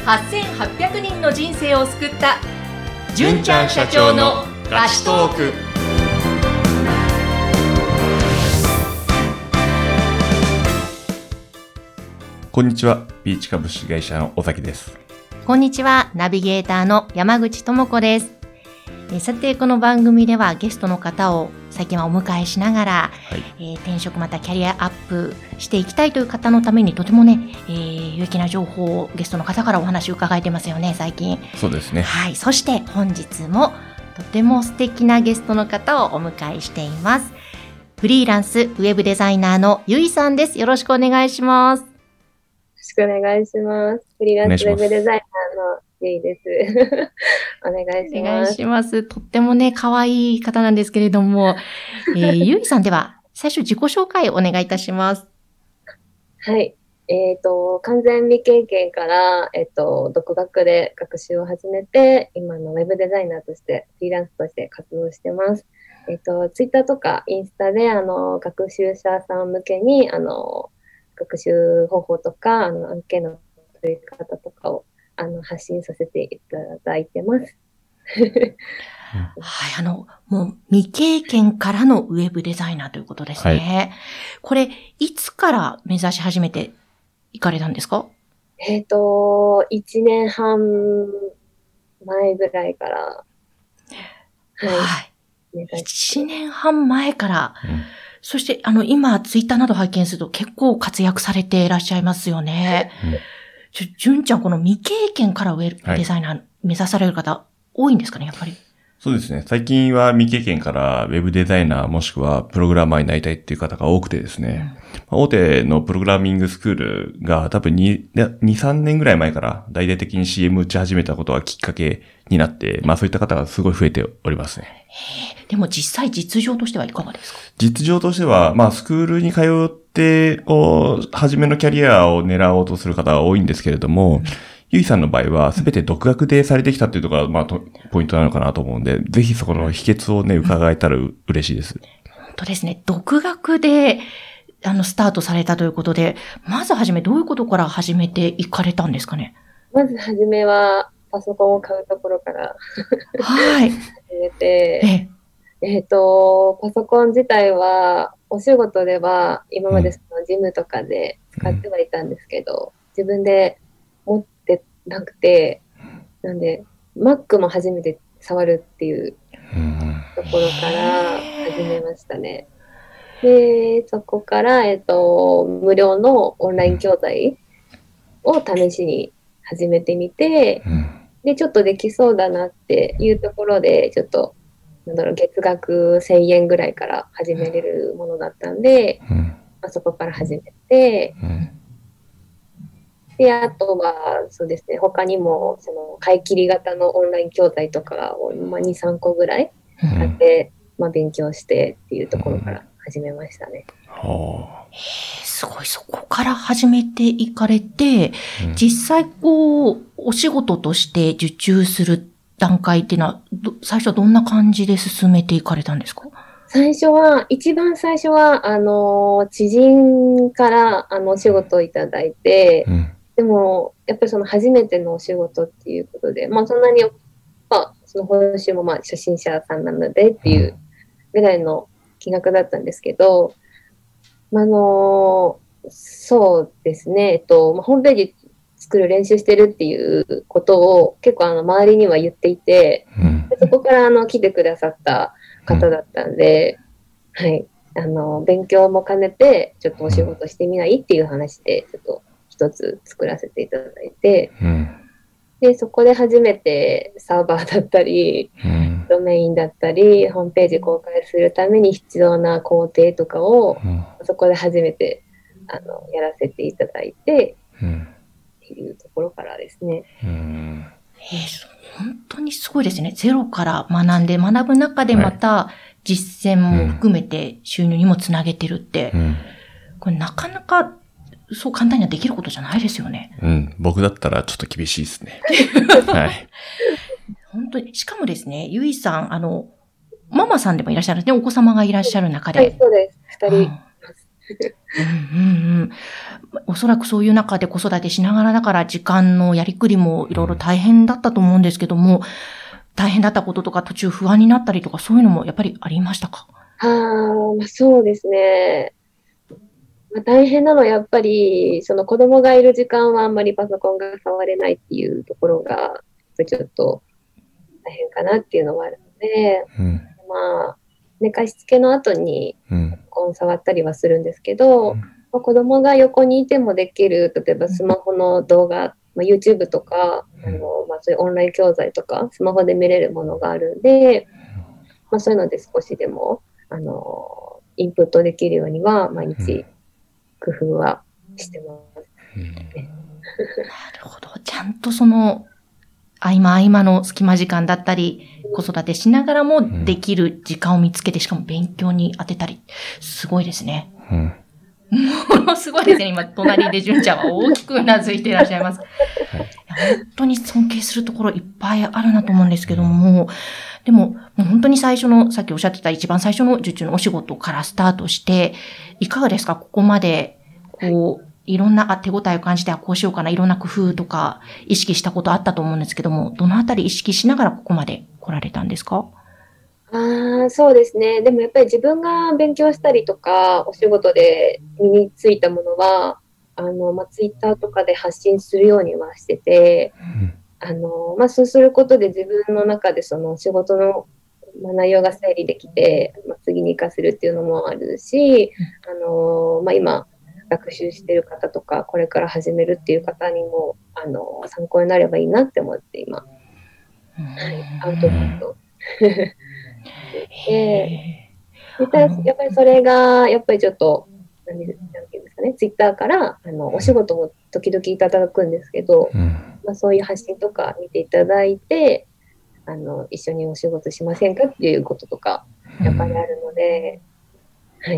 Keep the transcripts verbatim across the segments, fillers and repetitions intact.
はっせんはっぴゃくにんの人生を救った純ちゃん社長のガチトーク。 こんにちは、ビーチ株式会社の尾崎です。 こんにちは、ナビゲーターの山口智子です。えさて、この番組ではゲストの方を最近はお迎えしながら、はい、えー、転職またキャリアアップしていきたいという方のためにとてもね、えー、有益な情報をゲストの方からお話を伺えてますよね、最近。 そうですね。 はい、そして本日もとても素敵なゲストの方をお迎えしています。フリーランスウェブデザイナーのゆいさんです。よろしくお願いします。 よろしくお願いします。フリーランスウェブデザイナーのゆいです。お願いします。 お願いします。とってもね、可愛い方なんですけれども、えー、ゆいさんでは最初自己紹介をお願いいたします。 はい。えっと、完全未経験から、えっと、独学で学習を始めて、今のウェブデザイナーとして、フリーランスとして活動してます。えっと、ツイッターとかインスタで、あの、学習者さん向けに、あの、学習方法とか、あの、案件の取り方とかを、あの、発信させていただいてます。 はい、あの、もう未経験からのウェブデザイナーということですね。はい、これ、いつから目指し始めて行かれたんですか？ えっと、いちねんはん前ぐらいから。はい。はい、いちねんはん前から。うん、そして、あの、今、ツイッターなど拝見すると結構活躍されていらっしゃいますよね。うん、ちょ、純ちゃん、この未経験からウェブデザイナー目指される方、多いんですかね、やっぱり。 そうですね。最近は未経験からウェブデザイナーもしくはプログラマーになりたいっていう方が多くてですね。うん、大手のプログラミングスクールが多分に、に、さんねんぐらい前から大々的に シーエム 打ち始めたことがきっかけになって、まあそういった方がすごい増えておりますね。 へでも実際実情としてはいかがですか？ 実情としては、まあスクールに通って、こう、初めのキャリアを狙おうとする方が多いんですけれども、うん、ゆいさんの場合はすべて独学でされてきたっていうところが、まあ、ポイントなのかなと思うんで、ぜひそこの秘訣をね、伺えたら嬉しいです。 本当ですね。独学で、あの、スタートされたということで、まずはじめどういうことから始めていかれたんですかね？ まずはじめは、パソコンを買うところから、はい。始めて、ええっと、パソコン自体は、お仕事では、今までそのジムとかで使ってはいたんですけど、うん、自分で持ってなくて、なんで、Mac も初めて触るっていうところから始めましたね。で、そこから、えっと、無料のオンライン教材を試しに始めてみて、で、ちょっとできそうだなっていうところで、ちょっと、なんだろう、月額せんえんぐらいから始めれるものだったんで、まあ、そこから始めて、で、あとは、そうですね、他にも、その、買い切り型のオンライン教材とかを、まあ、に、さんこぐらい買って、うん、まあ、勉強してっていうところから始めましたね。 うん、はあ、すごい、そこから始めていかれて、うん、実際、こう、お仕事として受注する段階っていうのは、最初はどんな感じで進めていかれたんですか？ 最初は、一番最初は、あの、知人から、あの、お仕事をいただいて、うん、でも、やっぱりその初めてのお仕事っていうことで、まあそんなに、まあその報酬もまあ初心者さんなのでっていうぐらいの金額だったんですけど、まあ、あの、そうですね、えっと、まあ、ホームページ作る練習してるっていうことを結構あの周りには言っていて、でそこからあの来てくださった方だったんで、はい、あの、勉強も兼ねてちょっとお仕事してみないっていう話で、ちょっと一つ作らせていただいて、うん、で、そこで初めてサーバーだったり、うん、ドメインだったり、ホームページ公開するために必要な工程とかを、うん、そこで初めてあのやらせていただいて、うん、っていうところからですね。 うん、えー、本当にすごいですね。ゼロから学んで、学ぶ中でまた実践も含めて収入にもつなげてるって、うん、これなかなかそう簡単にはできることじゃないですよね。 うん。僕だったらちょっと厳しいですね。はい。 本当に。しかもですね、ゆいさん、あの、ママさんでもいらっしゃるんですね。お子様がいらっしゃる中で。 はい、そうです。二人います。 うんうんうん。おそらくそういう中で子育てしながらだから時間のやりくりもいろいろ大変だったと思うんですけども、大変だったこととか途中不安になったりとかそういうのもやっぱりありましたか？ ああ、まあ、そうですね。まあ、大変なのはやっぱり、その子供がいる時間はあんまりパソコンが触れないっていうところが、ちょっと大変かなっていうのはあるので、うん、まあ、寝かしつけの後にパソコン触ったりはするんですけど、うん、まあ、子供が横にいてもできる、例えばスマホの動画、まあ、YouTube とか、あの、まあ、そういうオンライン教材とか、スマホで見れるものがあるんで、まあ、そういうので少しでも、あの、インプットできるようには、毎日工夫はしてます、ね。うん、なるほど。ちゃんとその、合間合間の隙間時間だったり、子育てしながらもできる時間を見つけて、しかも勉強に当てたり、すごいですね。うん、ものすごいですね。今、隣で純ちゃんは大きくうなずいていらっしゃいます。はい、本当に尊敬するところいっぱいあるなと思うんですけども、でも、もう本当に最初の、さっきおっしゃってた一番最初の受注のお仕事からスタートして、いかがですか？ここまで、こう、いろんな手応えを感じて、こうしようかな、いろんな工夫とか意識したことあったと思うんですけども、どのあたり意識しながらここまで来られたんですか？ ああ、そうですね。でもやっぱり自分が勉強したりとか、お仕事で身についたものは、あの、まあ、ツイッターとかで発信するようにはしてて、うん、あの、まあ、そうすることで自分の中でその仕事の内容が整理できて、まあ、次に活かせるっていうのもあるし、あの、まあ、今、学習してる方とか、これから始めるっていう方にも、あの、参考になればいいなって思って今、はい、アウトプット。で、やっぱりそれが、やっぱりちょっと、なんていうんですかね、ツイッターから、あの、お仕事も時々いただくんですけど、うん、まあ、そういう発信とか見ていただいて、あの、一緒にお仕事しませんかっていうこととか、やっぱりあるので、うん、はい。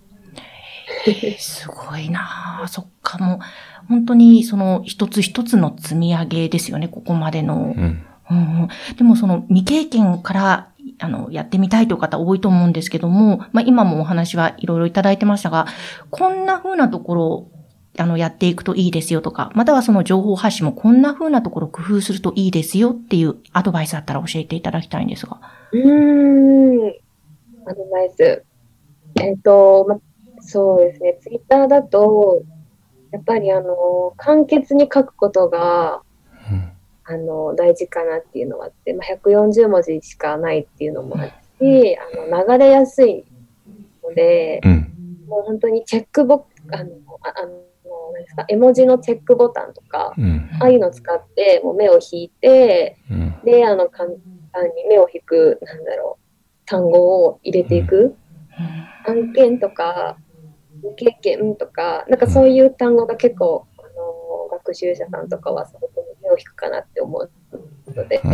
すごいなぁ。そっか、もう、本当にその一つ一つの積み上げですよね、ここまでの。うんうん、でもその未経験からあのやってみたいという方多いと思うんですけども、まあ今もお話はいろいろいただいてましたが、こんな風なところをあのやっていくといいですよとか、またはその情報発信もこんな風なところを工夫するといいですよっていうアドバイスあったら教えていただきたいんですが。 うーん、アドバイス。えっと、ま、そうですね、ツイッターだと、やっぱりあの、簡潔に書くことが、うんあの、大事かなっていうのがあって、まあ、ひゃくよんじゅうもじしかないっていうのもあるし、あの、流れやすいので、うん、もう本当にチェックボあの、ああの、何ですか、絵文字のチェックボタンとか、うん、ああいうのを使って、もう目を引いて、うん、で、あの、簡単に目を引く、なんだろう、単語を入れていく。うん、案件とか、未経験とか、なんかそういう単語が結構、あの、学習者さんとかはすごく目を引くかなって思うので、うん、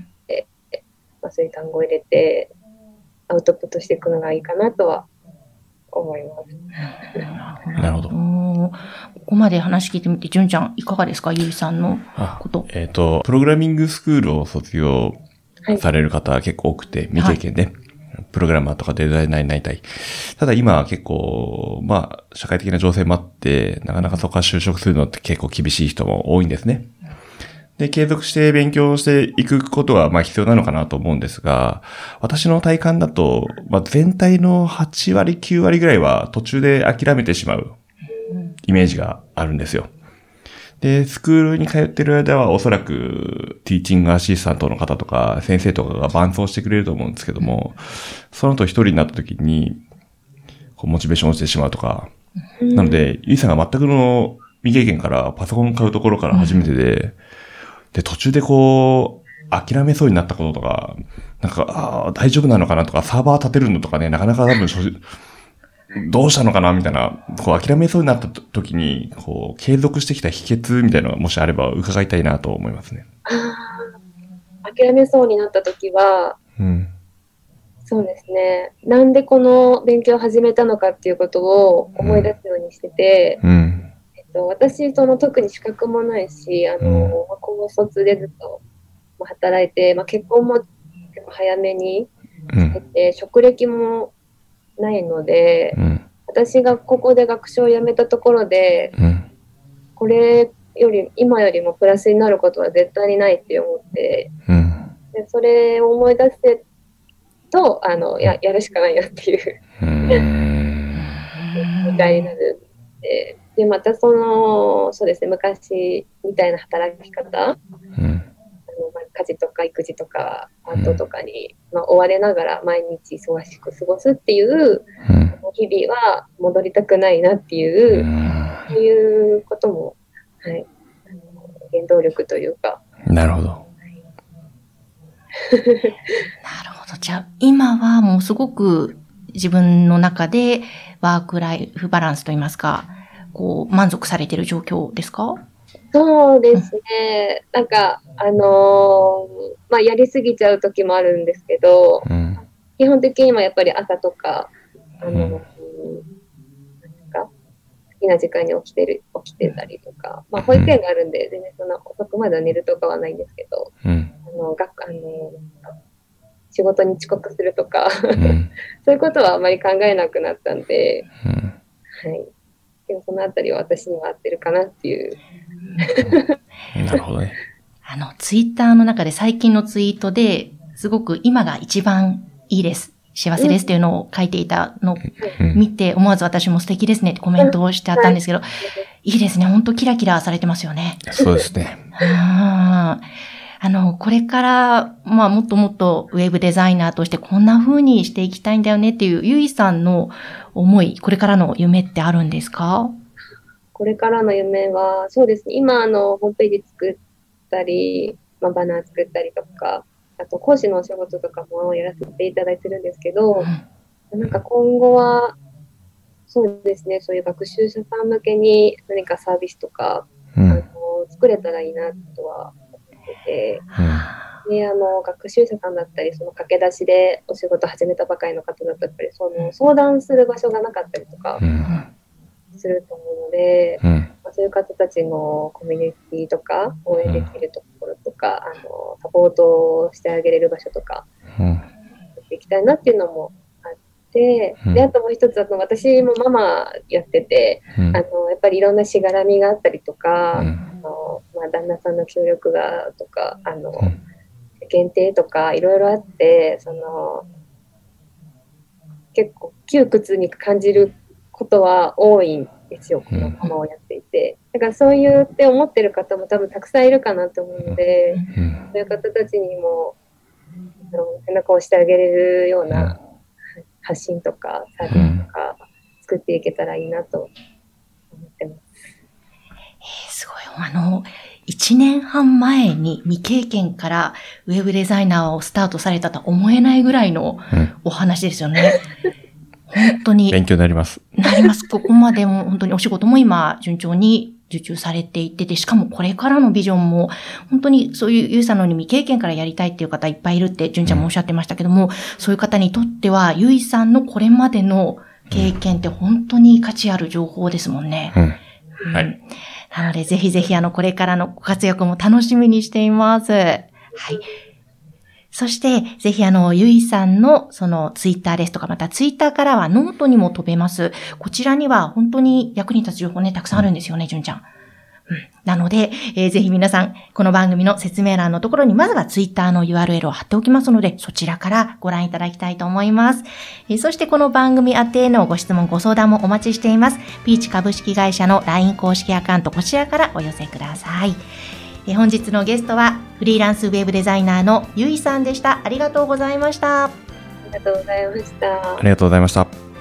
でまあ、そういう単語を入れてアウトプットしていくのがいいかなとは思います。 なるほど。 ここまで話聞いてみて、純ちゃんいかがですか？ゆいさんのこと。 えっ、ー、と、プログラミングスクールを卒業される方は結構多くて、未経験で、はい、プログラマーとかデザイナーになりたい。ただ今は結構、まあ、社会的な情勢もあって、なかなかそこから就職するのって結構厳しい人も多いんですね。で、継続して勉強していくことは、まあ必要なのかなと思うんですが、私の体感だと、まあ全体のはちわり、きゅうわりぐらいは途中で諦めてしまうイメージがあるんですよ。で、スクールに通ってる間はおそらくティーチングアシスタントの方とか先生とかが伴走してくれると思うんですけども、その後一人になった時に、こうモチベーション落ちてしまうとか。なので、ゆいさんが全くの未経験からパソコン買うところから初めてで、で、途中でこう、諦めそうになったこととか、なんか、ああ、大丈夫なのかなとか、サーバー立てるのとかね、なかなか多分、どうしたのかなみたいな、こう、諦めそうになった時に、こう、継続してきた秘訣みたいなのがもしあれば伺いたいなと思いますね。 諦めそうになった時は、うん、そうですね。なんでこの勉強を始めたのかっていうことを思い出すようにしてて、うんうん私、その特に資格もないし、あの、うん、高卒でずっと働いて、まあ、結婚も結構早めにしてて、うん、職歴もないので、うん、私がここで学習をやめたところで、うん、 これより、今よりもプラスになることは絶対にないって思って、うん、でそれを思い出せと、あの、や、やるしかないよっていう、みたいになるんで、で、またその、そうですね、昔みたいな働き方、うん、あのまあ、家事とか育児とかパートとかに、うん、まあ、追われながら毎日忙しく過ごすっていう、うん、日々は戻りたくないなっていう、うん、そういうことも、はい、あの原動力というか。 なるほど。はい、 なるほど。じゃあ、今はもうすごく自分の中でワークライフバランスといいますか、こう、満足されている状況ですか？ そうですね。なんか、あのー、まあ、やりすぎちゃう時もあるんですけど、うん、基本的にはやっぱり朝とか、あの、うん、なんか好きな時間に起きてる、起きてたりとか、まあ、保育園があるんで、全然そんな遅くまで寝るとかはないんですけど、うん、あの、学、あの、仕事に遅刻するとか、うん、そういうことはあまり考えなくなったんで、うん、はい。でもそのあたりは私には合ってるかなっていう。 なるほどね。 あの、ツイッターの中で最近のツイートですごく今が一番いいです。幸せですっていうのを書いていたのを見て、思わず私も素敵ですねってコメントをしてあったんですけど、はい、いいですね。本当キラキラされてますよね。 そうですね。 ああの、これから、まあ、もっともっとウェブデザイナーとしてこんな風にしていきたいんだよねっていう、ゆいさんの思い、これからの夢ってあるんですか？ これからの夢は、そうですね。今、あの、ホームページ作ったり、まあ、バナー作ったりとか、あと講師のお仕事とかもやらせていただいてるんですけど、うん、なんか今後は、そうですね、そういう学習者さん向けに何かサービスとか、うん、あの作れたらいいなとは思ってて、うん、で、あの、学習者さんだったり、その駆け出しでお仕事始めたばかりの方だったり、その相談する場所がなかったりとかすると思うので、うん、まあ、そういう方たちのコミュニティとか、応援できるところとか、あの、サポートしてあげれる場所とか、うん、やっていきたいなっていうのもあって、うん、で、あともう一つは、私もママやってて、うん、あの、やっぱりいろんなしがらみがあったりとか、うん、あの、まあ、旦那さんの協力がとか、あの、うん、限定とかいろいろあって、その、結構窮屈に感じることは多いんですよ、このママをやっていて。だからそういうって思ってる方も多分たくさんいるかなと思うので、うん、そういう方たちにもあの背中を押してあげれるような発信とかサービスとか作っていけたらいいなと思ってます。 えー、すごい。あの、一年半前に未経験からウェブデザイナーをスタートされたとは思えないぐらいのお話ですよね。うん、本当に。 勉強になります。 なります。ここまでも本当にお仕事も今順調に受注されていて、で、しかもこれからのビジョンも、本当にそういうゆいさんのように未経験からやりたいっていう方いっぱいいるって純ちゃんもおっしゃってましたけども、うん、そういう方にとっては、ゆいさんのこれまでの経験って本当に価値ある情報ですもんね。うんうん、はい。なので、ぜひぜひあの、これからのご活躍も楽しみにしています。はい。そして、ぜひあの、ゆいさんのそのツイッターですとか、またツイッターからはノートにも飛べます。こちらには本当に役に立つ情報ね、たくさんあるんですよね、純ちゃん。うん、なので、えー、ぜひ皆さん、この番組の説明欄のところにまずはツイッターの ユーアールエル を貼っておきますので、そちらからご覧いただきたいと思います。えー、そしてこの番組宛てへのご質問、ご相談もお待ちしています。ピーチ株式会社の ライン 公式アカウント、こちらからお寄せください。えー、本日のゲストは、フリーランスウェブデザイナーのゆいさんでした。ありがとうございました。 ありがとうございました。 ありがとうございました。